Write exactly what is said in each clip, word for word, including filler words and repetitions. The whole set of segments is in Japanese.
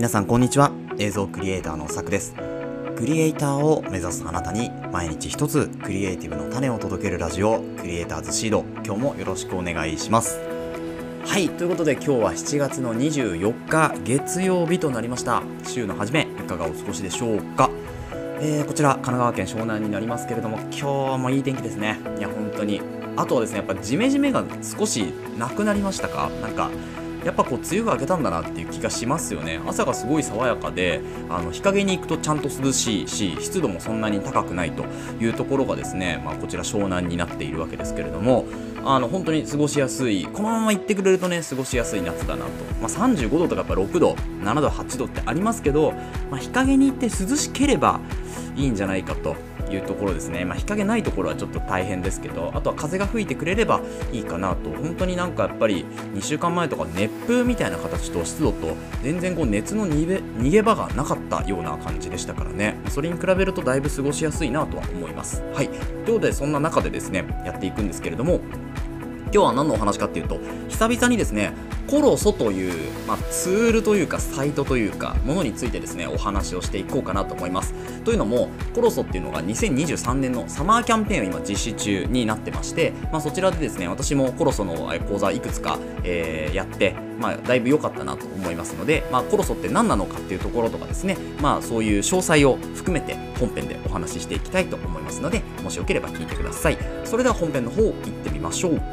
さんこんにちは。映像クリエイターのさくです。クリエイターを目指すあなたに毎日一つクリエイティブの種を届けるラジオクリエイターズシード、今日もよろしくお願いします。はい、ということで今日はしちがつのにじゅうよっか月曜日となりました。週の初めいかがお過ごしでしょうか。えー、こちら神奈川県湘南になりますけれども、今日もいい天気ですね。いや本当に、あとはですね、やっぱジメジメが少しなくなりましたか。なんかやっぱこう梅雨が明けたんだなっていう気がしますよね。朝がすごい爽やかで、あの日陰に行くとちゃんと涼しいし、湿度もそんなに高くないというところがですね、まあ、こちら湘南になっているわけですけれども、あの本当に過ごしやすい、このまま行ってくれるとね過ごしやすい夏だなと、まあ、さんじゅうごどとかやっぱろくどななどはちどってありますけど、まあ、日陰に行って涼しければいいんじゃないかというところですね。まあ、日陰ないところはちょっと大変ですけど、あとは風が吹いてくれればいいかなと。本当になんかやっぱりにしゅうかんまえとか熱風みたいな形と湿度と全然こう熱の逃げ、逃げ場がなかったような感じでしたからね。それに比べるとだいぶ過ごしやすいなとは思います。はい、ということでそんな中でですねやっていくんですけれども、今日は何のお話かっていうと、久々にですねコロソという、まあ、ツールというかサイトというかものについてですねお話をしていこうかなと思います。というのもコロソっていうのがにせんにじゅうさんねんのサマーキャンペーンを今実施中になってまして、まあ、そちらでですね私もコロソの講座いくつか、えー、やって、まあ、だいぶ良かったなと思いますので、まあ、コロソって何なのかっていうところとかですね、まあ、そういう詳細を含めて本編でお話ししていきたいと思いますので、もしよければ聞いてください。それでは本編の方行ってみましょう。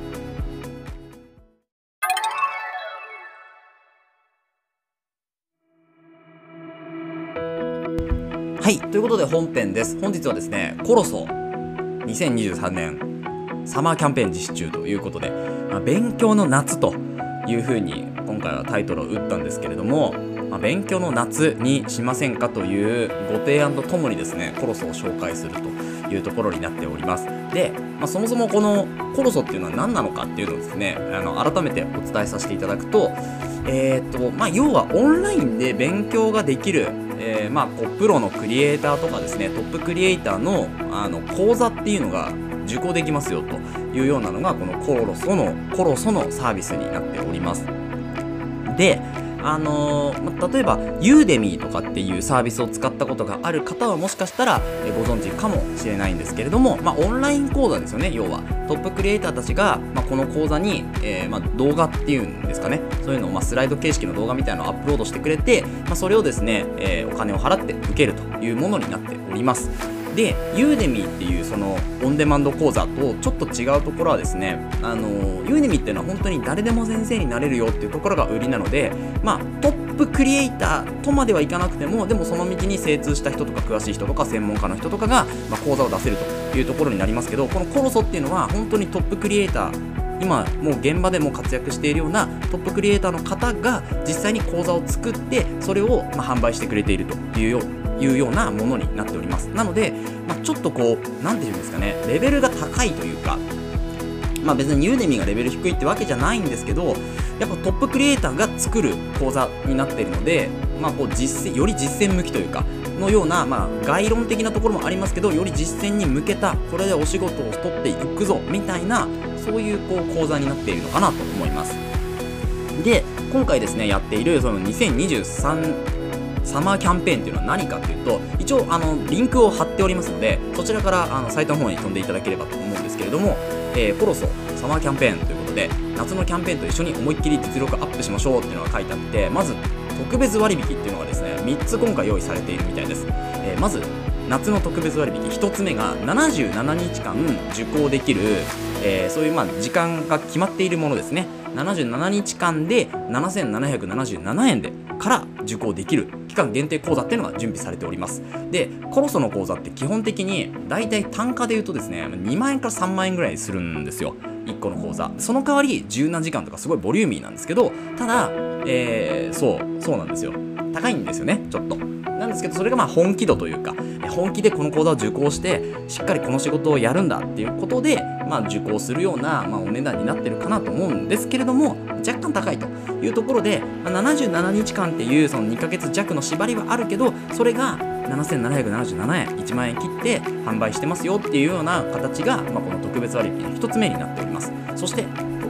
はい、ということで本編です。本日はですねコロソにせんにじゅうさんねんサマーキャンペーン実施中ということで、まあ、勉強の夏というふうに今回はタイトルを打ったんですけれども、まあ、勉強の夏にしませんかというご提案とともにですねコロソを紹介するというところになっております。で、まあ、そもそもこのコロソっていうのは何なのかっていうのをですねあの改めてお伝えさせていただくと、えーとまあ、要はオンラインで勉強ができる、えーまあ、こうプロのクリエイターとかですねトップクリエイターの、あの講座っていうのが受講できますよというようなのがこのコロソのコロソのサービスになっております。で、あのー、例えばユーデミーとかっていうサービスを使ったことがある方はもしかしたらご存知かもしれないんですけれども、まあ、オンライン講座ですよね。要はトップクリエイターたちが、まあ、この講座に、えーまあ、動画っていうんですかね、そういうのを、まあ、スライド形式の動画みたいなのをアップロードしてくれて、まあ、それをですね、えー、お金を払って受けるというものになっております。で、ユーデミーっていうそのオンデマンド講座とちょっと違うところはですね、あのユーデミーっていうのは本当に誰でも先生になれるよっていうところが売りなので、まあトップクリエイターとまではいかなくても、でもその道に精通した人とか詳しい人とか専門家の人とかが、まあ、講座を出せるというところになりますけど、このコロソっていうのは本当にトップクリエイター、今もう現場でも活躍しているようなトップクリエイターの方が実際に講座を作ってそれをまあ販売してくれているというよういうようなものになっております。なので、まあ、ちょっとこうなんていうんですかね、レベルが高いというか、まあ別にユーデミーがレベル低いってわけじゃないんですけど、やっぱトップクリエイターが作る講座になっているので、まあこう実践より実践向きというかのような、まあ概論的なところもありますけど、より実践に向けたこれでお仕事を取っていくぞみたいな、そういうこう講座になっているのかなと思います。で、今回ですねやっているそのにせんにじゅうさんサマーキャンペーンっていうのは何かっていうと、一応あのリンクを貼っておりますので、そちらからあのサイトの方に飛んでいただければと思うんですけれども、えー、コロソサマーキャンペーンということで夏のキャンペーンと一緒に思いっきり実力アップしましょうっていうのが書いてあって、まず特別割引っていうのがですねみっつ今回用意されているみたいです。えー、まず夏の特別割引ひとつめがななじゅうななにちかん受講できる、えー、そういうまあ時間が決まっているものですね。ななじゅうななにちかんでななせんななひゃくななじゅうななえんでから受講できる期間限定講座っていうのが準備されております。で、コロソの講座って基本的にだいたい単価で言うとですねにまんえんからさんまんえんぐらいするんですよ、いっこの講座。その代わりじゅうななじかんとかすごいボリューミーなんですけど、ただ、えー、そうそうなんですよ、高いんですよねちょっと。なんですけど、それがまあ本気度というか、本気でこの講座を受講してしっかりこの仕事をやるんだっていうことで、まあ、受講するような、まあ、お値段になってるかなと思うんですけれども、若干高いというところで、まあ、ななじゅうななにちかんっていうそのにかげつじゃくの縛りはあるけど、それがななせんななひゃくななじゅうななえん、いちまんえん切って販売してますよっていうような形が、まあ、この特別割引のひとつめになっております。そして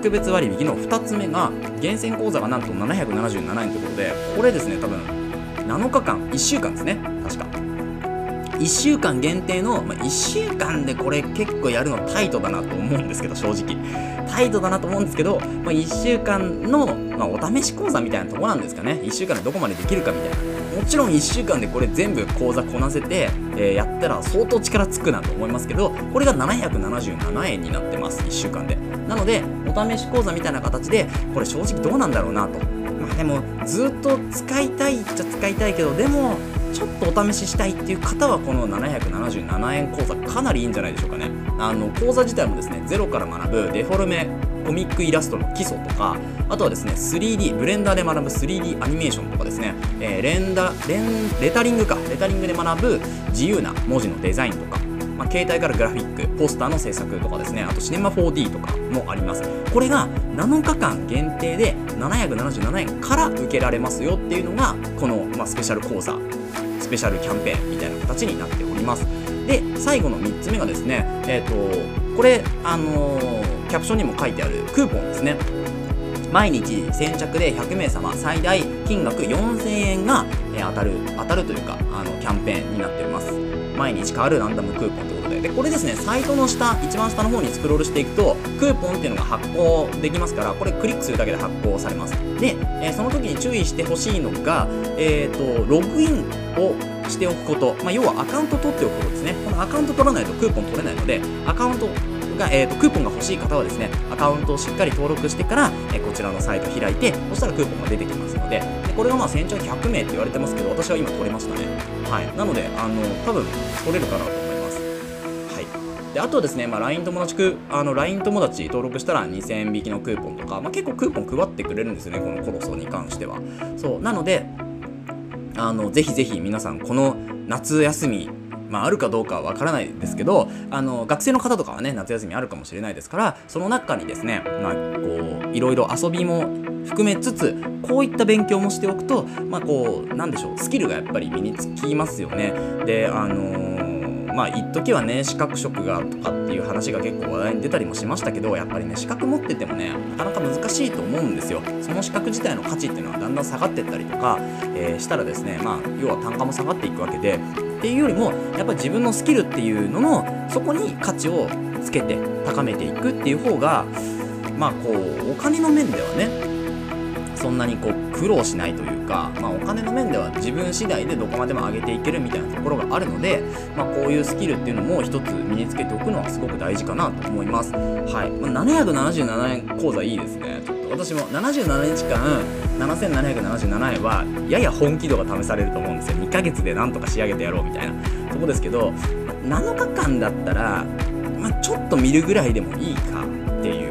特別割引のふたつめが厳選講座がなんとななひゃくななじゅうななえんということで、これですね多分なのかかんいっしゅうかんですね、確かいっしゅうかん限定の、まあ、いっしゅうかんでこれ結構やるのタイトだなと思うんですけど、正直タイトだなと思うんですけど、まあ、いっしゅうかんの、まあ、お試し講座みたいなとこなんですかね。いっしゅうかんでどこまでできるかみたいな。もちろんいっしゅうかんでこれ全部講座こなせて、えー、やったら相当力つくなと思いますけど、これがななひゃくななじゅうななえんになってます、いっしゅうかんで。なのでお試し講座みたいな形でこれ正直どうなんだろうなと。まあでもずっと使いたいっちゃ使いたいけど、でもちょっとお試ししたいっていう方はこのななひゃくななじゅうななえん講座かなりいいんじゃないでしょうかね。あの講座自体もですね、ゼロから学ぶデフォルメコミックイラストの基礎とか、あとはですね スリーディー ブレンダーで学ぶ スリーディー アニメーションとかですね、えー、レンダレンレタリングかレタリングで学ぶ自由な文字のデザインとか、まあ、携帯からグラフィックポスターの制作とかですね、あとシネマ フォーディー とかもあります。これがなのかかん限定でななひゃくななじゅうななえんから受けられますよっていうのがこの、まあ、スペシャル講座スペシャルキャンペーンみたいな形になっております。で最後のみっつめがですね、えーとこれあのー、キャプションにも書いてあるクーポンですね。毎日先着でひゃくめいさま最大金額よんせんえんが、えー、当たる当たるというかあのキャンペーンになっております。毎日変わるランダムクーポンということで、でこれですねサイトの下一番下の方にスクロールしていくとクーポンっていうのが発行できますから、これクリックするだけで発行されます。で、えー、その時に注意してほしいのが、えーとログインをしておくこと、まあ、要はアカウント取っておくことですね。このアカウント取らないとクーポン取れないので、アカウントが、えーとクーポンが欲しい方はですねアカウントをしっかり登録してから、えー、こちらのサイト開いて、そしたらクーポンが出てきますので、でこれがまあ先着ひゃくめいって言われてますけど、私は今取れましたね。はい、なのであの多分取れるかなと思います。はい、であとはですね、まあ、ライン 友達くあの ライン 友達登録したらにせんえん引きのクーポンとか、まあ、結構クーポン配ってくれるんですよね、このコロソに関しては。そうなのであのぜひぜひ皆さんこの夏休み、まあ、あるかどうかはわからないですけど、あの学生の方とかはね夏休みあるかもしれないですから、その中にですね、まあ、こういろいろ遊びも含めつつこういった勉強もしておくと、まあこうなんでしょう、スキルがやっぱり身につきますよね。であのーまあ一時はね資格職がとかっていう話が結構話題に出たりもしましたけど、やっぱりね資格持っててもねなかなか難しいと思うんですよ。その資格自体の価値っていうのはだんだん下がっていったりとか、えー、したらですね、まあ要は単価も下がっていくわけで、っていうよりもやっぱり自分のスキルっていうののそこに価値をつけて高めていくっていう方が、まあこうお金の面ではねそんなにこう苦労しないというか、まあ、お金の面では自分次第でどこまでも上げていけるみたいなところがあるので、まあ、こういうスキルっていうのも一つ身につけておくのはすごく大事かなと思います。はい、まあ、ななひゃくななじゅうななえん講座いいですね。ちょっと私もななじゅうななにちかんななせんななひゃくななじゅうななえんはやや本気度が試されると思うんですよ。にかげつでなんとか仕上げてやろうみたいなとこですけど、なのかかんだったら、まあ、ちょっと見るぐらいでもいいかっていう、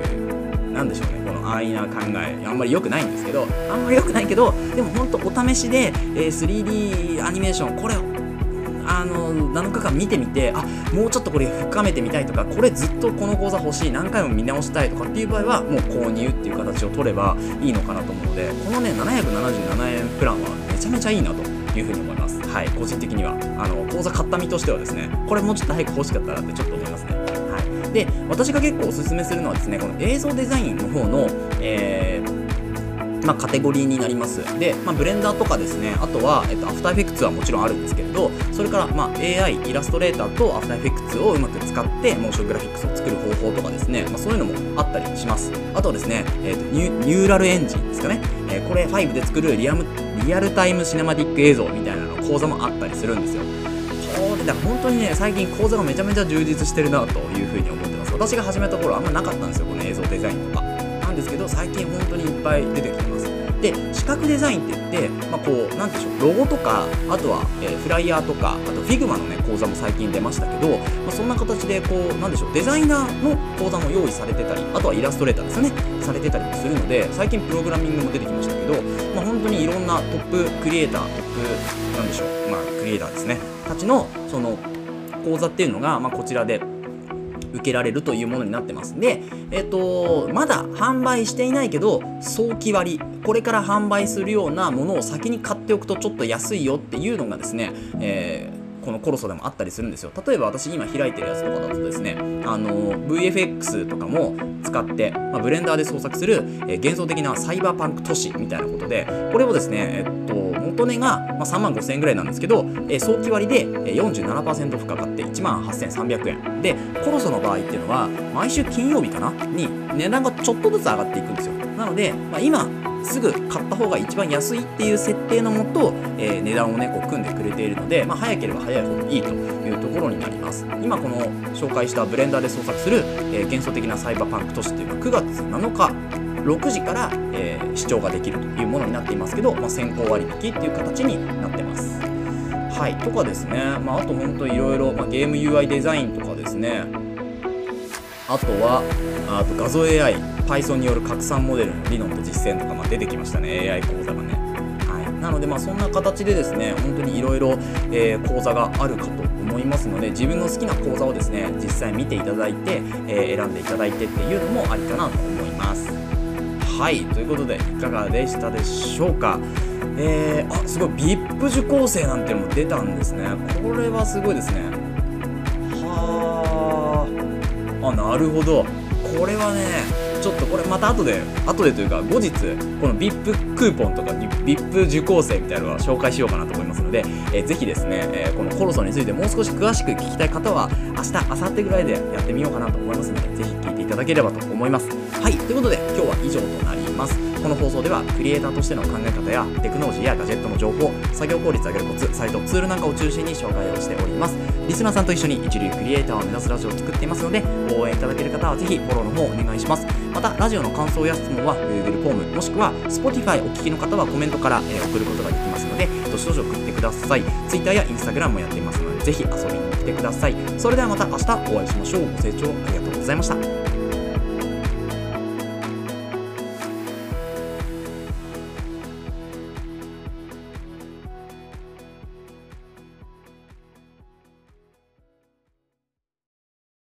なんでしょうね、この安易な考え、あんまり良くないんですけど、あんまり良くないけど、でも本当お試しで、えー、スリーディー アニメーション、これをあのなのかかん見てみて、あ、もうちょっとこれ深めてみたいとか、これずっとこの講座欲しい、何回も見直したいとかっていう場合は、もう購入っていう形を取ればいいのかなと思うので、このねななひゃくななじゅうななえんプランはめちゃめちゃいいなというふうに思います。はい、個人的にはあの講座買った身としてはですね、これもうちょっと早く欲しかったなってちょっと思いますね。はい、で私が結構おすすめするのはですね、この映像デザインの方の、えーまあ、カテゴリーになります。で、まあ、ブレンダーとかですね、あとは、えっと、アフターエフェクツはもちろんあるんですけれど、それから、まあ、エーアイ イラストレーターとアフターエフェクツをうまく使ってモーショングラフィックスを作る方法とかですね、まあ、そういうのもあったりします。あとはですね、えーと、ニュ、ニューラルエンジンですかね、えー、これファイブで作るリアムリアルタイムシネマティック映像みたいなの講座もあったりするんですよ。これだから本当にね、最近講座がめちゃめちゃ充実してるなというふうに思ってます。私が始めた頃あんまなかったんですよ、この映像デザインとかなんですけど、最近本当にいっぱい出てきてます。で、視覚デザインって言って、まあ、こう、なんでしょう、ロゴとか、あとは、えー、フライヤーとか、あと Figma のね、講座も最近出ましたけど、まあ、そんな形で、こう、なんでしょう、デザイナーの講座も用意されてたり、あとはイラストレーターですよね、されてたりもするので、最近プログラミングも出てきましたけど、まあ、本当にいろんなトップクリエイター、トップ、なんでしょう、まあ、クリエイターですね、たちの、その、講座っていうのが、まあ、こちらで、受けられるというものになってますんで、えっと、まだ販売していないけど早期割、これから販売するようなものを先に買っておくとちょっと安いよっていうのがですね、えこのコロソでもあったりするんですよ。例えば私今開いてるやつとかだとですね、あの ブイエフエックス とかも使って、まあ、ブレンダーで創作する、えー、幻想的なサイバーパンク都市みたいなことで、これをですね、えっと元値が、まあ、さんまんごせんえんぐらいなんですけど、えー、早期割で よんじゅうななパーセント オフかかっていちまんはっせんさんびゃくえんで、コロソの場合っていうのは毎週金曜日かなに値段がちょっとずつ上がっていくんですよ。なので、まあ、今すぐ買った方が一番安いっていう設定のもと、えー、値段をねこう組んでくれているので、まあ、早ければ早いほどいいというところになります。今この紹介したブレンダーで創作する、えー、幻想的なサイバーパンク都市っていうのはくがつなのかろくじから、えー、視聴ができるというものになっていますけど、まあ、先行割引っていう形になってます。はい、とかですね、まあ、あと本当いろいろゲーム ユーアイ デザインとかですね、あとはあと画像 エーアイ、Python による拡散モデルの理論と実践とか、まあ、出てきましたね、エーアイ 講座がね。はい、なので、まあ、そんな形でですね、本当にいろいろ講座があるかと思いますので、自分の好きな講座をですね、実際見ていただいて、えー、選んでいただいてっていうのもありかなと思います。はい、ということで、いかがでしたでしょうか。えー、あ、すごい ブイアイピー 受講生なんてのも出たんですね。これはすごいですね。はあ、あ、なるほど。これはね、ちょっとこれまた後で、後でというか後日、この ブイアイピー クーポンとか ブイアイピー 受講生みたいなのを紹介しようかなと思いますので、えー、ぜひですね、えー、このコロソについてもう少し詳しく聞きたい方は、明日、明後日ぐらいでやってみようかなと思いますので、ぜひ聞いていただければと思います。はい、ということで今日は以上となります。この放送ではクリエイターとしての考え方やテクノロジーやガジェットの情報、作業効率を上げるコツ、サイト、ツールなんかを中心に紹介をしております。リスナーさんと一緒に一流クリエイターを目指すラジオを作っていますので、応援いただける方はぜひフォローの方お願いします。またラジオの感想や質問は Google フォーム、もしくは Spotify お聞きの方はコメントから、えー、送ることができますので、どしどし送ってください。Twitter や Instagram もやっていますので、ぜひ遊びに来てください。それではまた明日お会いしましょう。ご清聴ありがとうございました。